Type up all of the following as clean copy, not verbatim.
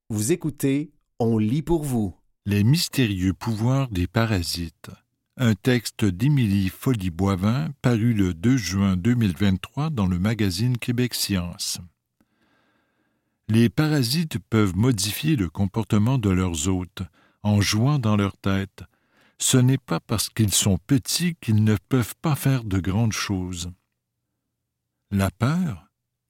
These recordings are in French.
Vous écoutez, on lit pour vous. Les mystérieux pouvoirs des parasites. Un texte d'Émilie Folly-Boivin paru le 2 juin 2023 dans le magazine Québec Science. Les parasites peuvent modifier le comportement de leurs hôtes en jouant dans leur tête. Ce n'est pas parce qu'ils sont petits qu'ils ne peuvent pas faire de grandes choses. La peur?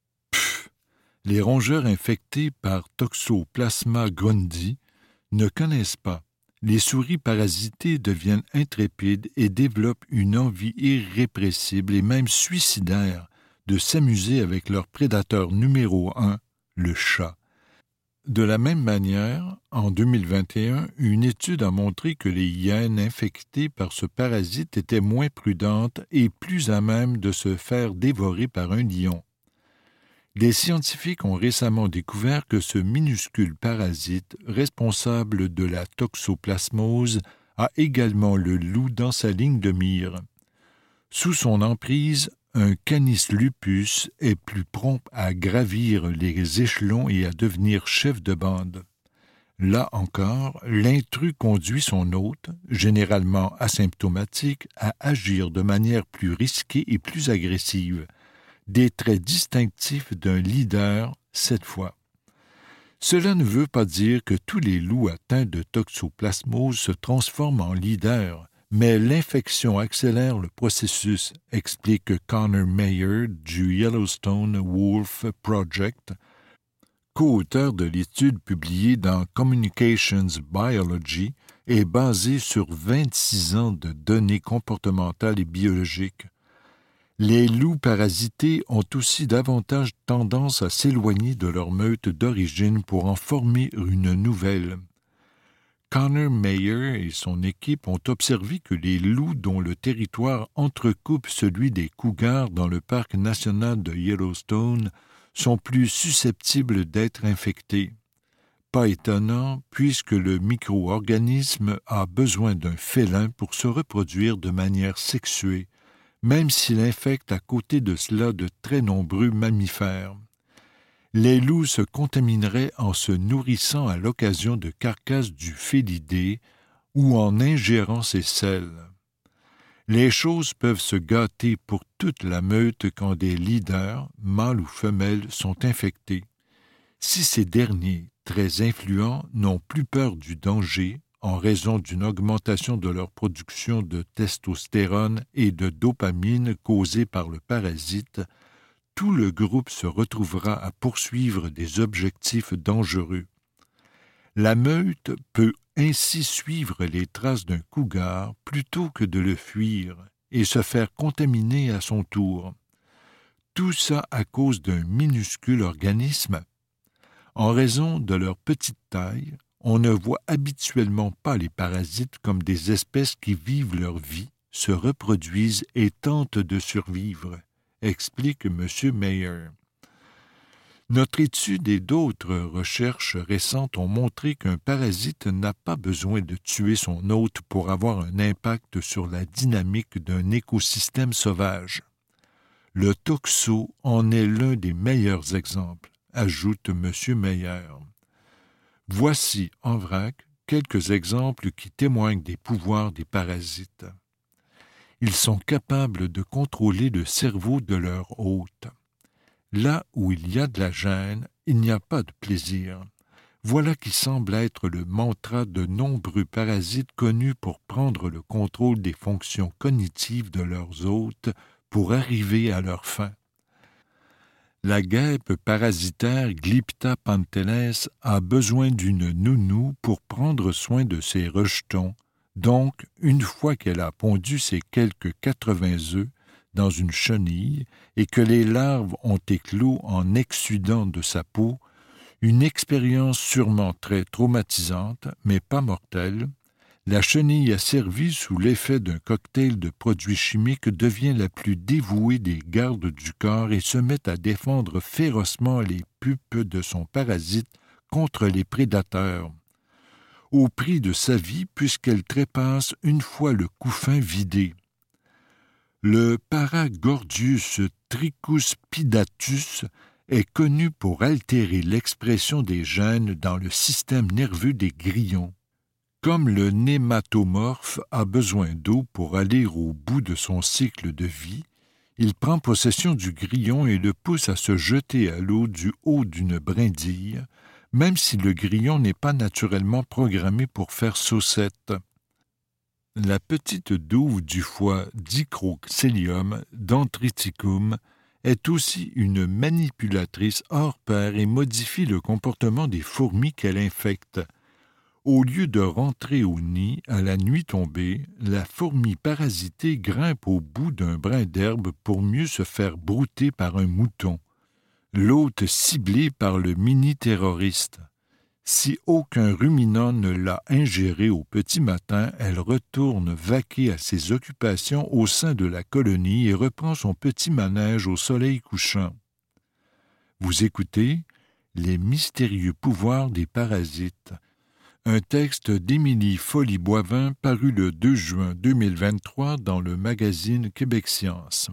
Les rongeurs infectés par Toxoplasma gondii ne connaissent pas. Les souris parasitées deviennent intrépides et développent une envie irrépressible et même suicidaire de s'amuser avec leur prédateur numéro 1, le chat. De la même manière, en 2021, une étude a montré que les hyènes infectées par ce parasite étaient moins prudentes et plus à même de se faire dévorer par un lion. Les scientifiques ont récemment découvert que ce minuscule parasite, responsable de la toxoplasmose, a également le loup dans sa ligne de mire. Sous son emprise, un Canis lupus est plus prompt à gravir les échelons et à devenir chef de bande. Là encore, l'intrus conduit son hôte, généralement asymptomatique, à agir de manière plus risquée et plus agressive. Des traits distinctifs d'un leader, cette fois. Cela ne veut pas dire que tous les loups atteints de toxoplasmose se transforment en leaders, mais l'infection accélère le processus, explique Connor Mayer du Yellowstone Wolf Project, co-auteur de l'étude publiée dans Communications Biology et basée sur 26 ans de données comportementales et biologiques. Les loups parasités ont aussi davantage tendance à s'éloigner de leur meute d'origine pour en former une nouvelle. Connor Mayer et son équipe ont observé que les loups dont le territoire entrecoupe celui des cougars dans le parc national de Yellowstone sont plus susceptibles d'être infectés. Pas étonnant, puisque le micro-organisme a besoin d'un félin pour se reproduire de manière sexuée, même s'il infecte à côté de cela de très nombreux mammifères. Les loups se contamineraient en se nourrissant à l'occasion de carcasses du félidé ou en ingérant ses selles. Les choses peuvent se gâter pour toute la meute quand des leaders, mâles ou femelles, sont infectés. Si ces derniers, très influents, n'ont plus peur du danger, en raison d'une augmentation de leur production de testostérone et de dopamine causée par le parasite, tout le groupe se retrouvera à poursuivre des objectifs dangereux. La meute peut ainsi suivre les traces d'un cougar plutôt que de le fuir et se faire contaminer à son tour. Tout ça à cause d'un minuscule organisme. En raison de leur petite taille, on ne voit habituellement pas les parasites comme des espèces qui vivent leur vie, se reproduisent et tentent de survivre, explique M. Mayer. Notre étude et d'autres recherches récentes ont montré qu'un parasite n'a pas besoin de tuer son hôte pour avoir un impact sur la dynamique d'un écosystème sauvage. Le toxo en est l'un des meilleurs exemples, ajoute M. Mayer. Voici, en vrac, quelques exemples qui témoignent des pouvoirs des parasites. Ils sont capables de contrôler le cerveau de leur hôte. Là où il y a de la gêne, il n'y a pas de plaisir. Voilà qui semble être le mantra de nombreux parasites connus pour prendre le contrôle des fonctions cognitives de leurs hôtes pour arriver à leur fin. La guêpe parasitaire Glypta panteles a besoin d'une nounou pour prendre soin de ses rejetons. Donc, une fois qu'elle a pondu ses quelques 80 œufs dans une chenille et que les larves ont éclos en exsudant de sa peau, une expérience sûrement très traumatisante, mais pas mortelle, la chenille asservie sous l'effet d'un cocktail de produits chimiques devient la plus dévouée des gardes du corps et se met à défendre férocement les pupes de son parasite contre les prédateurs, au prix de sa vie puisqu'elle trépasse une fois le couffin vidé. Le Paragordius tricuspidatus est connu pour altérer l'expression des gènes dans le système nerveux des grillons. Comme le nématomorphe a besoin d'eau pour aller au bout de son cycle de vie, il prend possession du grillon et le pousse à se jeter à l'eau du haut d'une brindille, même si le grillon n'est pas naturellement programmé pour faire saucette. La petite douve du foie Dicrocelium dendriticum est aussi une manipulatrice hors pair et modifie le comportement des fourmis qu'elle infecte. Au lieu de rentrer au nid à la nuit tombée, la fourmi parasitée grimpe au bout d'un brin d'herbe pour mieux se faire brouter par un mouton. L'hôte ciblé par le mini-terroriste. Si aucun ruminant ne l'a ingérée au petit matin, elle retourne vaquer à ses occupations au sein de la colonie et reprend son petit manège au soleil couchant. Vous écoutez « Les mystérieux pouvoirs des parasites », un texte d'Émilie Folly-Boivin paru le 2 juin 2023 dans le magazine Québec Science.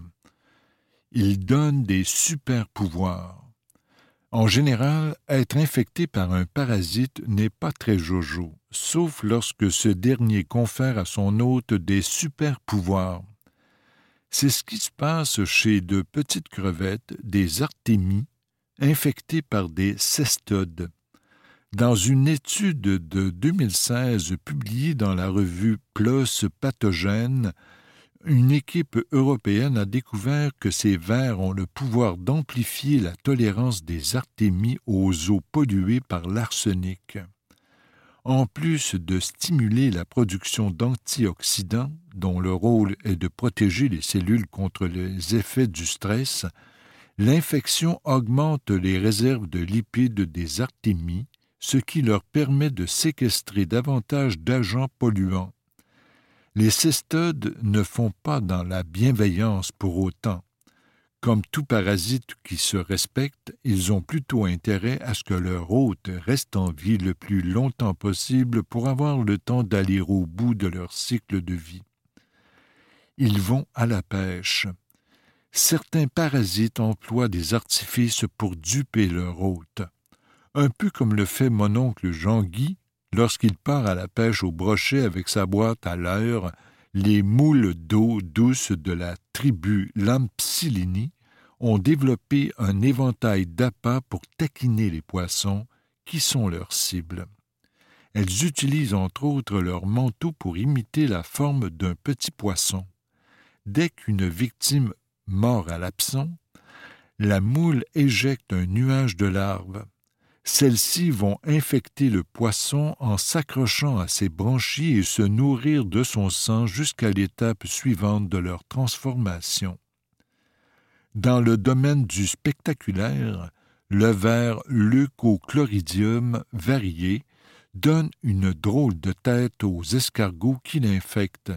Il donne des super-pouvoirs. En général, être infecté par un parasite n'est pas très jojo, sauf lorsque ce dernier confère à son hôte des super-pouvoirs. C'est ce qui se passe chez de petites crevettes, des artémies, infectées par des cestodes. Dans une étude de 2016 publiée dans la revue PLOS Pathogènes, une équipe européenne a découvert que ces vers ont le pouvoir d'amplifier la tolérance des artémies aux eaux polluées par l'arsenic. En plus de stimuler la production d'antioxydants, dont le rôle est de protéger les cellules contre les effets du stress, l'infection augmente les réserves de lipides des artémies, ce qui leur permet de séquestrer davantage d'agents polluants. Les cestodes ne font pas dans la bienveillance pour autant. Comme tout parasite qui se respecte, ils ont plutôt intérêt à ce que leur hôte reste en vie le plus longtemps possible pour avoir le temps d'aller au bout de leur cycle de vie. Ils vont à la pêche. Certains parasites emploient des artifices pour duper leur hôte. Un peu comme le fait mon oncle Jean-Guy, lorsqu'il part à la pêche au brochet avec sa boîte à leurre, les moules d'eau douce de la tribu Lampsilini ont développé un éventail d'appâts pour taquiner les poissons, qui sont leurs cibles. Elles utilisent entre autres leur manteau pour imiter la forme d'un petit poisson. Dès qu'une victime mord à l'hameçon, la moule éjecte un nuage de larves. Celles-ci vont infecter le poisson en s'accrochant à ses branchies et se nourrir de son sang jusqu'à l'étape suivante de leur transformation. Dans le domaine du spectaculaire, le ver Leucochloridium varié donne une drôle de tête aux escargots qui l'infectent.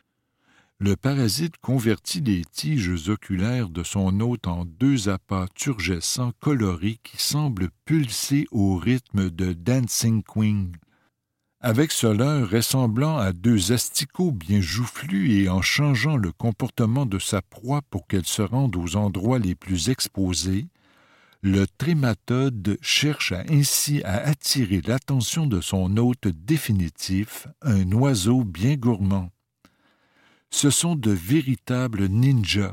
Le parasite convertit les tiges oculaires de son hôte en deux appâts turgescents colorés qui semblent pulser au rythme de Dancing Queen. Avec ce leurre ressemblant à deux asticots bien joufflus et en changeant le comportement de sa proie pour qu'elle se rende aux endroits les plus exposés, le trématode cherche ainsi à attirer l'attention de son hôte définitif, un oiseau bien gourmand. Ce sont de véritables ninjas.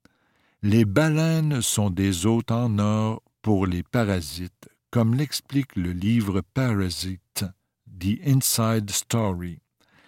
Les baleines sont des hôtes en or pour les parasites, comme l'explique le livre Parasite, The Inside Story.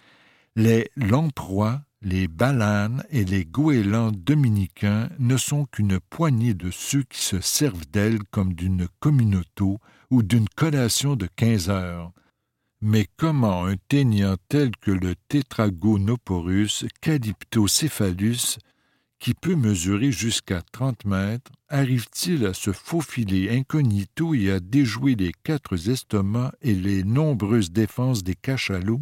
Les lamproies, les balanes et les goélands dominicains ne sont qu'une poignée de ceux qui se servent d'elles comme d'une communauté ou d'une collation de 15 heures. Mais comment un téniant tel que le Tetragonoporus calyptocéphalus, qui peut mesurer jusqu'à 30 mètres, arrive-t-il à se faufiler incognito et à déjouer les 4 estomacs et les nombreuses défenses des cachalots?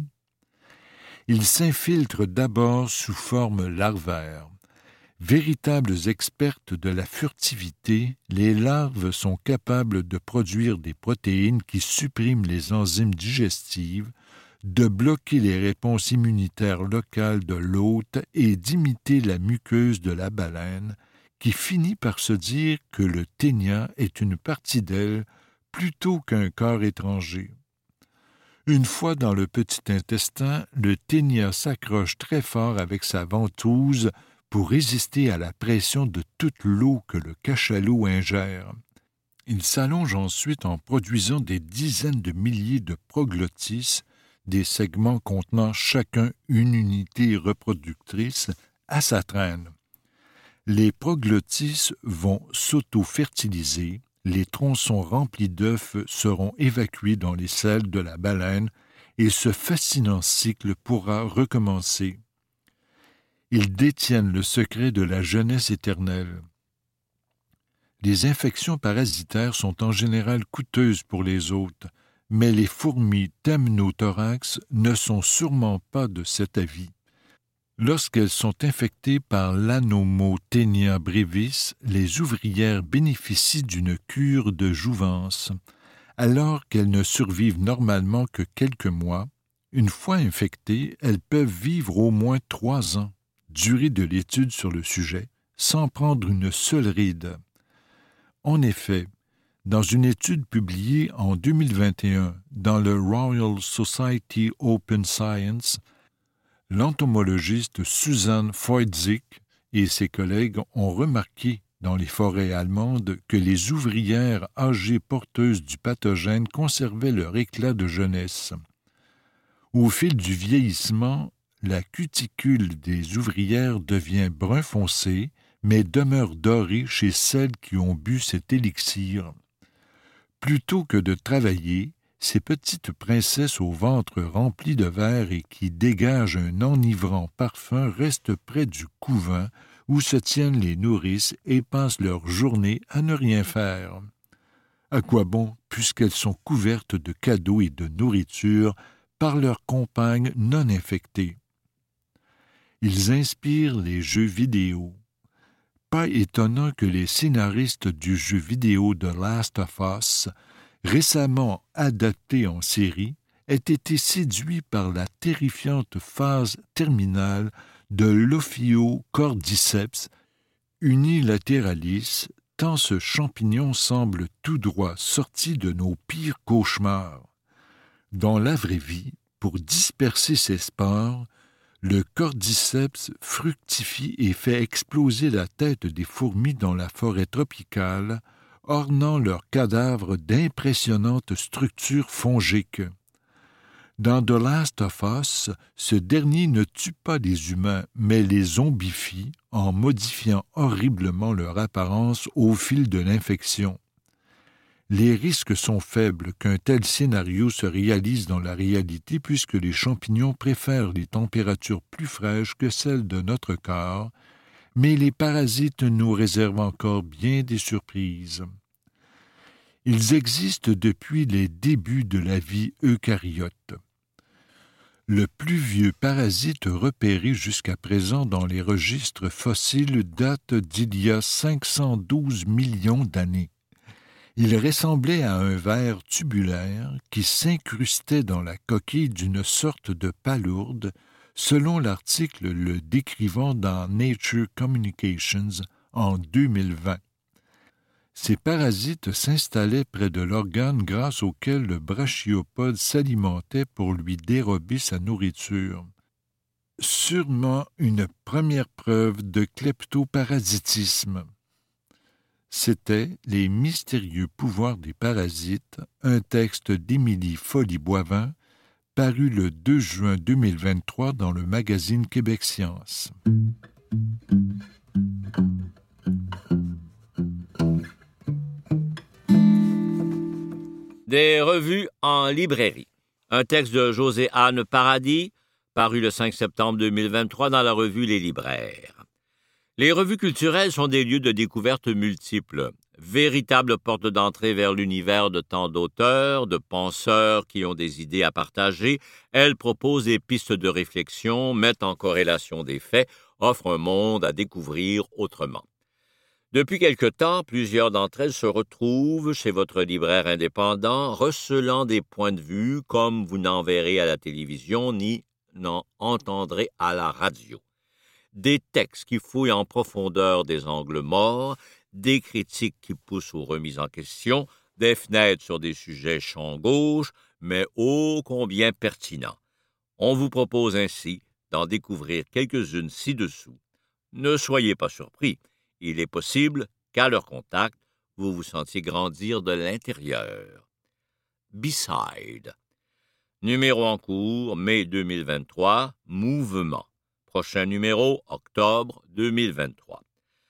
Il s'infiltre d'abord sous forme larvaire. Véritables expertes de la furtivité, les larves sont capables de produire des protéines qui suppriment les enzymes digestives, de bloquer les réponses immunitaires locales de l'hôte et d'imiter la muqueuse de la baleine, qui finit par se dire que le ténia est une partie d'elle plutôt qu'un corps étranger. Une fois dans le petit intestin, le ténia s'accroche très fort avec sa ventouse pour résister à la pression de toute l'eau que le cachalot ingère. Il s'allonge ensuite en produisant des dizaines de milliers de proglottis, des segments contenant chacun une unité reproductrice, à sa traîne. Les proglottis vont s'auto-fertiliser, les tronçons remplis d'œufs seront évacués dans les selles de la baleine et ce fascinant cycle pourra recommencer. Ils détiennent le secret de la jeunesse éternelle. Les infections parasitaires sont en général coûteuses pour les hôtes, mais les fourmis Temnothorax ne sont sûrement pas de cet avis. Lorsqu'elles sont infectées par l'Anomotaenia brevis, les ouvrières bénéficient d'une cure de jouvence. Alors qu'elles ne survivent normalement que quelques mois, une fois infectées, elles peuvent vivre au moins 3 ans, durée de l'étude sur le sujet, sans prendre une seule ride. En effet, dans une étude publiée en 2021 dans le Royal Society Open Science, l'entomologiste Susanne Feutzik et ses collègues ont remarqué dans les forêts allemandes que les ouvrières âgées porteuses du pathogène conservaient leur éclat de jeunesse. Au fil du vieillissement, la cuticule des ouvrières devient brun foncé, mais demeure dorée chez celles qui ont bu cet élixir. Plutôt que de travailler, ces petites princesses au ventre rempli de verre et qui dégagent un enivrant parfum restent près du couvain où se tiennent les nourrices et passent leur journée à ne rien faire. À quoi bon, puisqu'elles sont couvertes de cadeaux et de nourriture par leurs compagnes non infectées? Ils inspirent les jeux vidéo. Pas étonnant que les scénaristes du jeu vidéo The Last of Us, récemment adapté en série, aient été séduits par la terrifiante phase terminale de l'Ophiocordyceps unilateralis, tant ce champignon semble tout droit sorti de nos pires cauchemars. Dans la vraie vie, pour disperser ces spores, le cordyceps fructifie et fait exploser la tête des fourmis dans la forêt tropicale, ornant leurs cadavres d'impressionnantes structures fongiques. Dans The Last of Us, ce dernier ne tue pas les humains, mais les zombifie en modifiant horriblement leur apparence au fil de l'infection. Les risques sont faibles qu'un tel scénario se réalise dans la réalité puisque les champignons préfèrent les températures plus fraîches que celles de notre corps, mais les parasites nous réservent encore bien des surprises. Ils existent depuis les débuts de la vie eucaryote. Le plus vieux parasite repéré jusqu'à présent dans les registres fossiles date d'il y a 512 millions d'années. Il ressemblait à un ver tubulaire qui s'incrustait dans la coquille d'une sorte de palourde, selon l'article le décrivant dans Nature Communications en 2020. Ces parasites s'installaient près de l'organe grâce auquel le brachiopode s'alimentait pour lui dérober sa nourriture. Sûrement une première preuve de kleptoparasitisme. C'était Les mystérieux pouvoirs des parasites, un texte d'Émilie Folly-Boivin, paru le 2 juin 2023 dans le magazine Québec Science. Des revues en librairie. Un texte de José-Anne Paradis, paru le 5 septembre 2023 dans la revue Les Libraires. Les revues culturelles sont des lieux de découverte multiples, véritables portes d'entrée vers l'univers de tant d'auteurs, de penseurs qui ont des idées à partager. Elles proposent des pistes de réflexion, mettent en corrélation des faits, offrent un monde à découvrir autrement. Depuis quelque temps, plusieurs d'entre elles se retrouvent chez votre libraire indépendant, recelant des points de vue comme vous n'en verrez à la télévision ni n'en entendrez à la radio. des textes qui fouillent en profondeur des angles morts, des critiques qui poussent aux remises en question, des fenêtres sur des sujets champ gauche, mais ô combien pertinents. On vous propose ainsi d'en découvrir quelques-unes ci-dessous. Ne soyez pas surpris, il est possible qu'à leur contact, vous vous sentiez grandir de l'intérieur. B-Side. Numéro en cours, mai 2023, Mouvement. Prochain numéro, octobre 2023.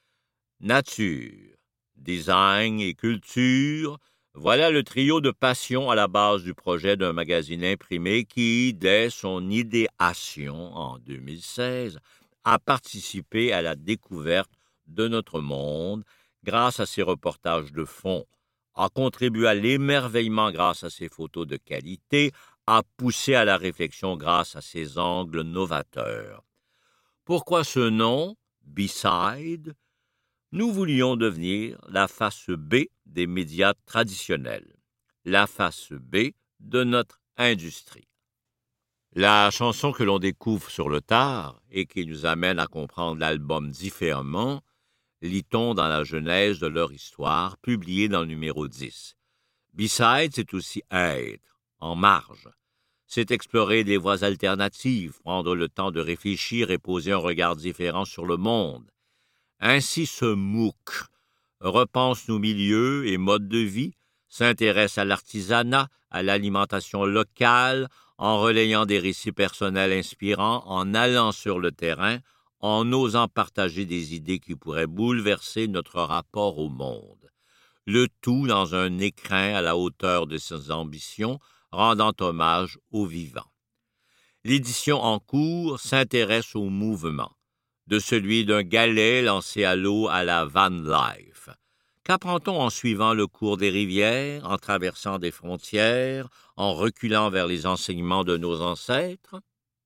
Nature, design et culture, voilà le trio de passion à la base du projet d'un magazine imprimé qui, dès son idéation en 2016, a participé à la découverte de notre monde grâce à ses reportages de fond, a contribué à l'émerveillement grâce à ses photos de qualité, a poussé à la réflexion grâce à ses angles novateurs. Pourquoi ce nom, B-Side? Nous voulions devenir la face B des médias traditionnels, la face B de notre industrie. La chanson que l'on découvre sur le tard et qui nous amène à comprendre l'album différemment, lit-on dans la genèse de leur histoire, publiée dans le numéro 10. B-Side, c'est aussi être, en marge. C'est explorer des voies alternatives, prendre le temps de réfléchir et poser un regard différent sur le monde. Ainsi, ce MOOC repense nos milieux et modes de vie, s'intéresse à l'artisanat, à l'alimentation locale, en relayant des récits personnels inspirants, en allant sur le terrain, en osant partager des idées qui pourraient bouleverser notre rapport au monde. Le tout dans un écrin à la hauteur de ses ambitions, rendant hommage aux vivants. L'édition en cours s'intéresse au mouvement, de celui d'un galet lancé à l'eau à la van life. Qu'apprend-on en suivant le cours des rivières, en traversant des frontières, en reculant vers les enseignements de nos ancêtres?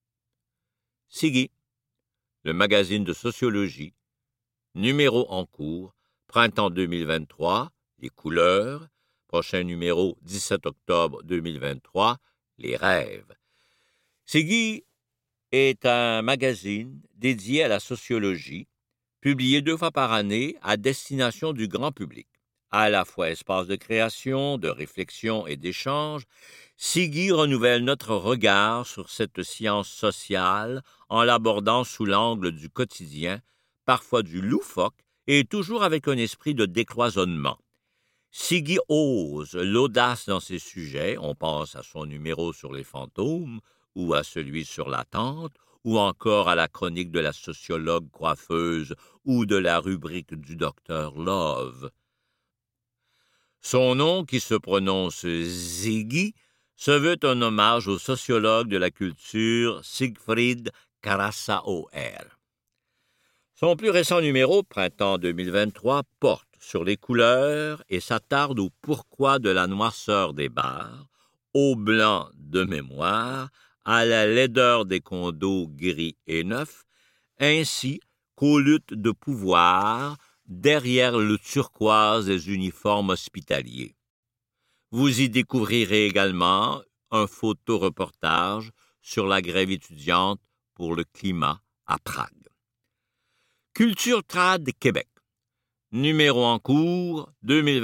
Siggy, le magazine de sociologie, numéro en cours, printemps 2023, les couleurs, prochain numéro 17 octobre 2023, les rêves. Siggy est un magazine dédié à la sociologie, publié 2 fois par année à destination du grand public. À la fois espace de création, de réflexion et d'échange, Siggy renouvelle notre regard sur cette science sociale en l'abordant sous l'angle du quotidien, parfois du loufoque et toujours avec un esprit de décloisonnement. Siggy ose l'audace dans ses sujets, on pense à son numéro sur les fantômes, ou à celui sur l'attente, ou encore à la chronique de la sociologue coiffeuse ou de la rubrique du docteur Love. Son nom, qui se prononce Ziggy, se veut un hommage au sociologue de la culture Siegfried Krasauer. Son plus récent numéro, printemps 2023, porte sur les couleurs et s'attarde au pourquoi de la noirceur des bars, au blanc de mémoire, à la laideur des condos gris et neufs, ainsi qu'aux luttes de pouvoir derrière le turquoise des uniformes hospitaliers. Vous y découvrirez également un photoreportage sur la grève étudiante pour le climat à Prague. Culture Trad Québec. Numéro en cours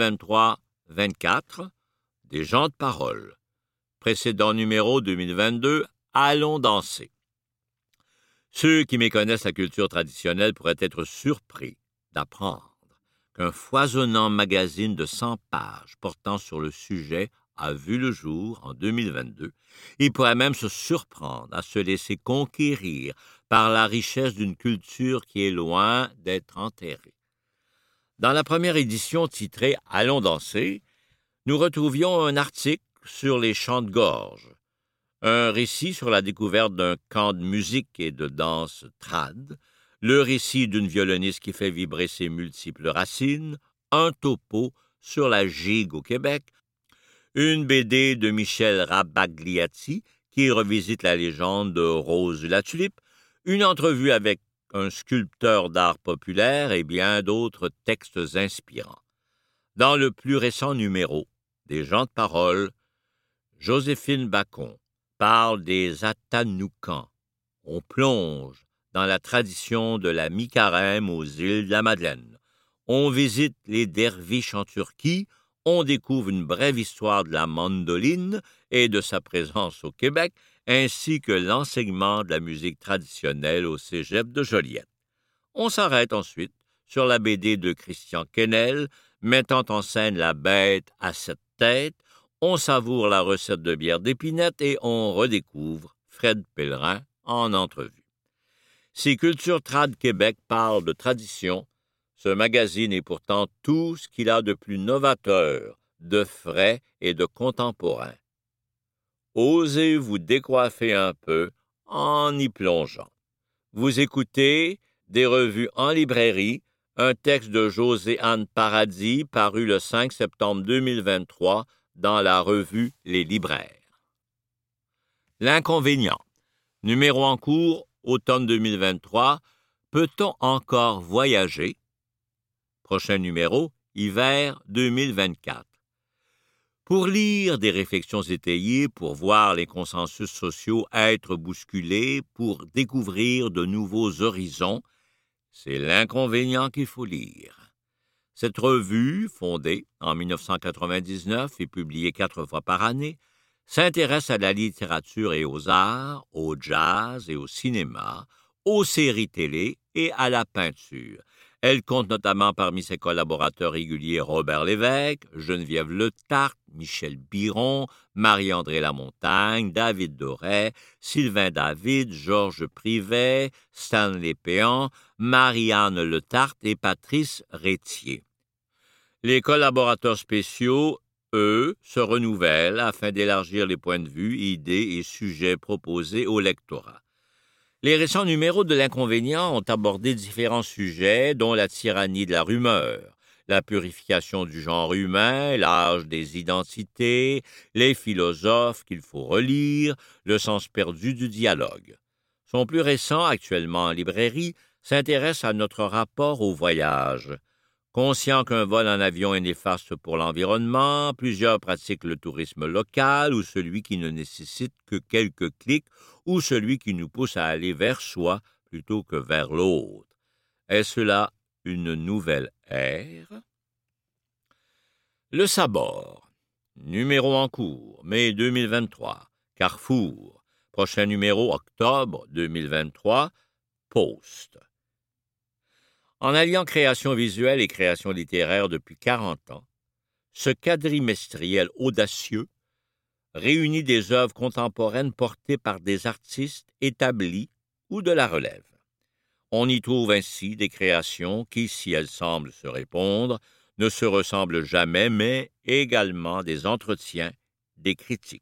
2023-24, des gens de parole. Précédent numéro 2022, Allons danser. Ceux qui méconnaissent la culture traditionnelle pourraient être surpris d'apprendre qu'un foisonnant magazine de 100 pages portant sur le sujet a vu le jour en 2022. Il pourrait même se surprendre à se laisser conquérir par la richesse d'une culture qui est loin d'être enterrée. Dans la première édition titrée « Allons danser », nous retrouvions un article sur les chants de gorge, un récit sur la découverte d'un camp de musique et de danse trad, le récit d'une violoniste qui fait vibrer ses multiples racines, un topo sur la gigue au Québec, une BD de Michel Rabagliati qui revisite la légende de Rose la Tulipe, une entrevue avec un sculpteur d'art populaire et bien d'autres textes inspirants. Dans le plus récent numéro des gens de parole, Joséphine Bacon parle des Atanucans. On plonge dans la tradition de la mi-carême aux îles de la Madeleine. On visite les derviches en Turquie, on découvre une brève histoire de la mandoline et de sa présence au Québec, ainsi que l'enseignement de la musique traditionnelle au cégep de Joliette. On s'arrête ensuite sur la BD de Christian Quesnel, mettant en scène la bête à 7 têtes, on savoure la recette de bière d'épinette et on redécouvre Fred Pellerin en entrevue. Si Culture Trad Québec parle de tradition, ce magazine est pourtant tout ce qu'il a de plus novateur, de frais et de contemporain. Osez vous décoiffer un peu en y plongeant. Vous écoutez des revues en librairie, un texte de José-Anne Paradis paru le 5 septembre 2023 dans la revue Les Libraires. L'inconvénient. Numéro en cours, automne 2023. Peut-on encore voyager? Prochain numéro, hiver 2024. Pour lire des réflexions étayées, pour voir les consensus sociaux être bousculés, pour découvrir de nouveaux horizons, c'est l'inconvénient qu'il faut lire. Cette revue, fondée en 1999 et publiée 4 fois par année, s'intéresse à la littérature et aux arts, au jazz et au cinéma, aux séries télé et à la peinture. Elle compte notamment parmi ses collaborateurs réguliers Robert Lévesque, Geneviève Letarte, Michel Biron, Marie-André Lamontagne, David Doré, Sylvain David, Georges Privet, Stanley Péan, Marianne Letarte et Patrice Rétier. Les collaborateurs spéciaux, eux, se renouvellent afin d'élargir les points de vue, idées et sujets proposés au lectorat. Les récents numéros de l'Inconvénient ont abordé différents sujets, dont la tyrannie de la rumeur, la purification du genre humain, l'âge des identités, les philosophes qu'il faut relire, le sens perdu du dialogue. Son plus récent, actuellement en librairie, s'intéresse à notre rapport au voyage. Conscient qu'un vol en avion est néfaste pour l'environnement, plusieurs pratiquent le tourisme local ou celui qui ne nécessite que quelques clics ou celui qui nous pousse à aller vers soi plutôt que vers l'autre. Est-ce là une nouvelle ère? Le Sabord. Numéro en cours, mai 2023. Carrefour. Prochain numéro, octobre 2023. Post. En alliant création visuelle et création littéraire depuis 40 ans, ce quadrimestriel audacieux réunit des œuvres contemporaines portées par des artistes établis ou de la relève. On y trouve ainsi des créations qui, si elles semblent se répondre, ne se ressemblent jamais, mais également des entretiens, des critiques.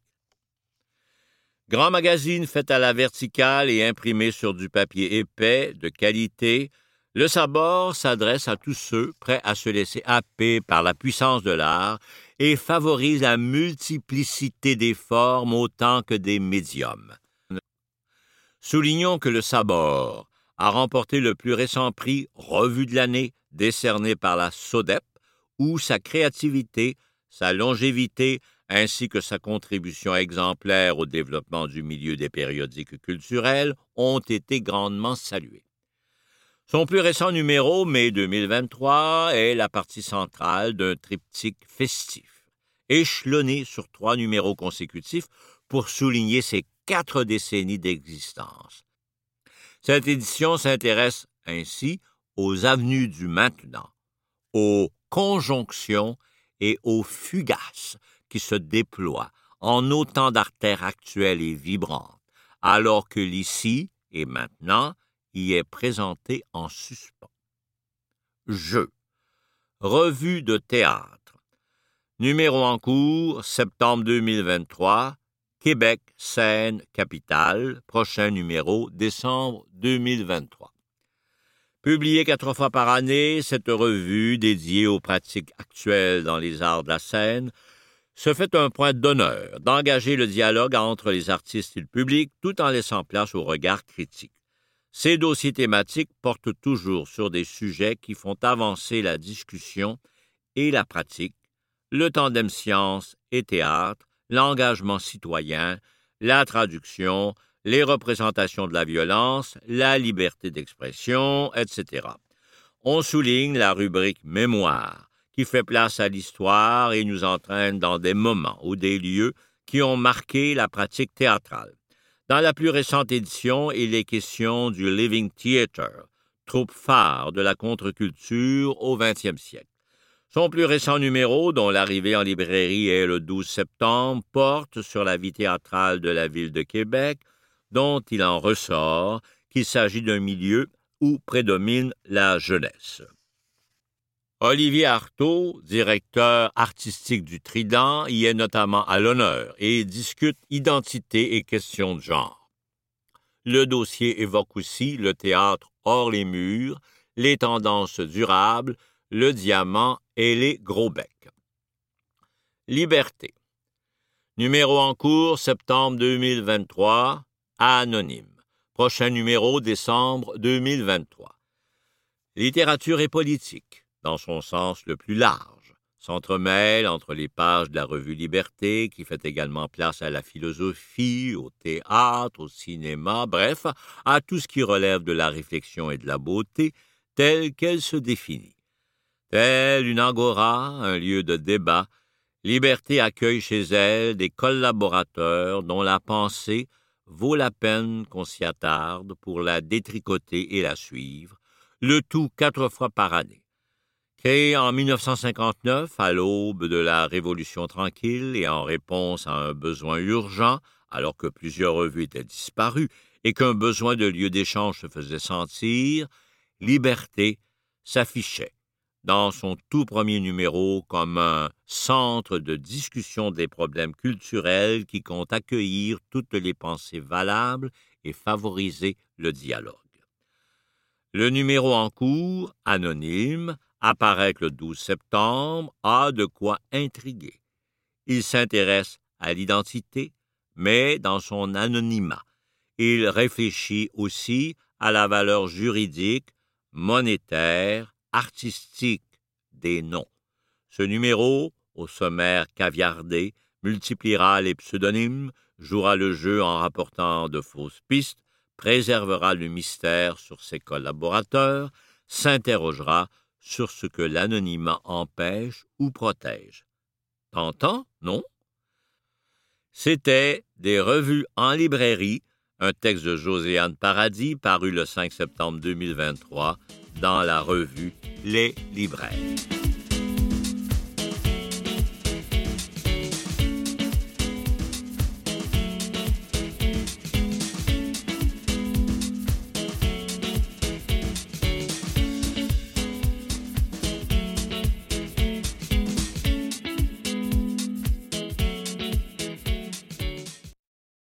Grand magazine fait à la verticale et imprimé sur du papier épais, de qualité, le Sabord s'adresse à tous ceux prêts à se laisser happer par la puissance de l'art et favorise la multiplicité des formes autant que des médiums. Soulignons que le Sabord a remporté le plus récent prix Revue de l'année décerné par la SODEP, où sa créativité, sa longévité ainsi que sa contribution exemplaire au développement du milieu des périodiques culturels ont été grandement salués. Son plus récent numéro, mai 2023, est la partie centrale d'un triptyque festif, échelonné sur 3 numéros consécutifs pour souligner ses 4 décennies d'existence. Cette édition s'intéresse ainsi aux avenues du maintenant, aux conjonctions et aux fugaces qui se déploient en autant d'artères actuelles et vibrantes, alors que l'ici et maintenant y est présenté en suspens. Jeu. Revue de théâtre. Numéro en cours, septembre 2023, Québec, Scène, Capitale. Prochain numéro, décembre 2023. Publiée 4 fois par année, cette revue, dédiée aux pratiques actuelles dans les arts de la scène, se fait un point d'honneur d'engager le dialogue entre les artistes et le public tout en laissant place au regard critique. Ces dossiers thématiques portent toujours sur des sujets qui font avancer la discussion et la pratique, le tandem science et théâtre, l'engagement citoyen, la traduction, les représentations de la violence, la liberté d'expression, etc. On souligne la rubrique « Mémoire » qui fait place à l'histoire et nous entraîne dans des moments ou des lieux qui ont marqué la pratique théâtrale. Dans la plus récente édition, il est question du Living Theatre, troupe phare de la contre-culture au 20e siècle. Son plus récent numéro, dont l'arrivée en librairie est le 12 septembre, porte sur la vie théâtrale de la ville de Québec, dont il en ressort qu'il s'agit d'un milieu où prédomine la jeunesse. Olivier Artaud, directeur artistique du Trident, y est notamment à l'honneur et discute identité et questions de genre. Le dossier évoque aussi le théâtre hors les murs, les tendances durables, le diamant et les gros becs. Liberté. Numéro en cours, septembre 2023, anonyme. Prochain numéro, décembre 2023. Littérature et politique, dans son sens le plus large, s'entremêlent entre les pages de la revue Liberté, qui fait également place à la philosophie, au théâtre, au cinéma, bref, à tout ce qui relève de la réflexion et de la beauté, telle qu'elle se définit. Telle une agora, un lieu de débat, Liberté accueille chez elle des collaborateurs dont la pensée vaut la peine qu'on s'y attarde pour la détricoter et la suivre, le tout 4 fois par année. Créée en 1959, à l'aube de la Révolution tranquille et en réponse à un besoin urgent, alors que plusieurs revues étaient disparues et qu'un besoin de lieu d'échange se faisait sentir, Liberté s'affichait dans son tout premier numéro comme un centre de discussion des problèmes culturels qui compte accueillir toutes les pensées valables et favoriser le dialogue. Le numéro en cours, anonyme, apparaît le 12 septembre, a de quoi intriguer. Il s'intéresse à l'identité, mais dans son anonymat. Il réfléchit aussi à la valeur juridique, monétaire, artistique des noms. Ce numéro, au sommaire caviardé, multipliera les pseudonymes, jouera le jeu en rapportant de fausses pistes, préservera le mystère sur ses collaborateurs, s'interrogera sur ce que l'anonymat empêche ou protège. Tentant, non? C'était des revues en librairie, un texte de Josiane Paradis paru le 5 septembre 2023 dans la revue Les Libraires.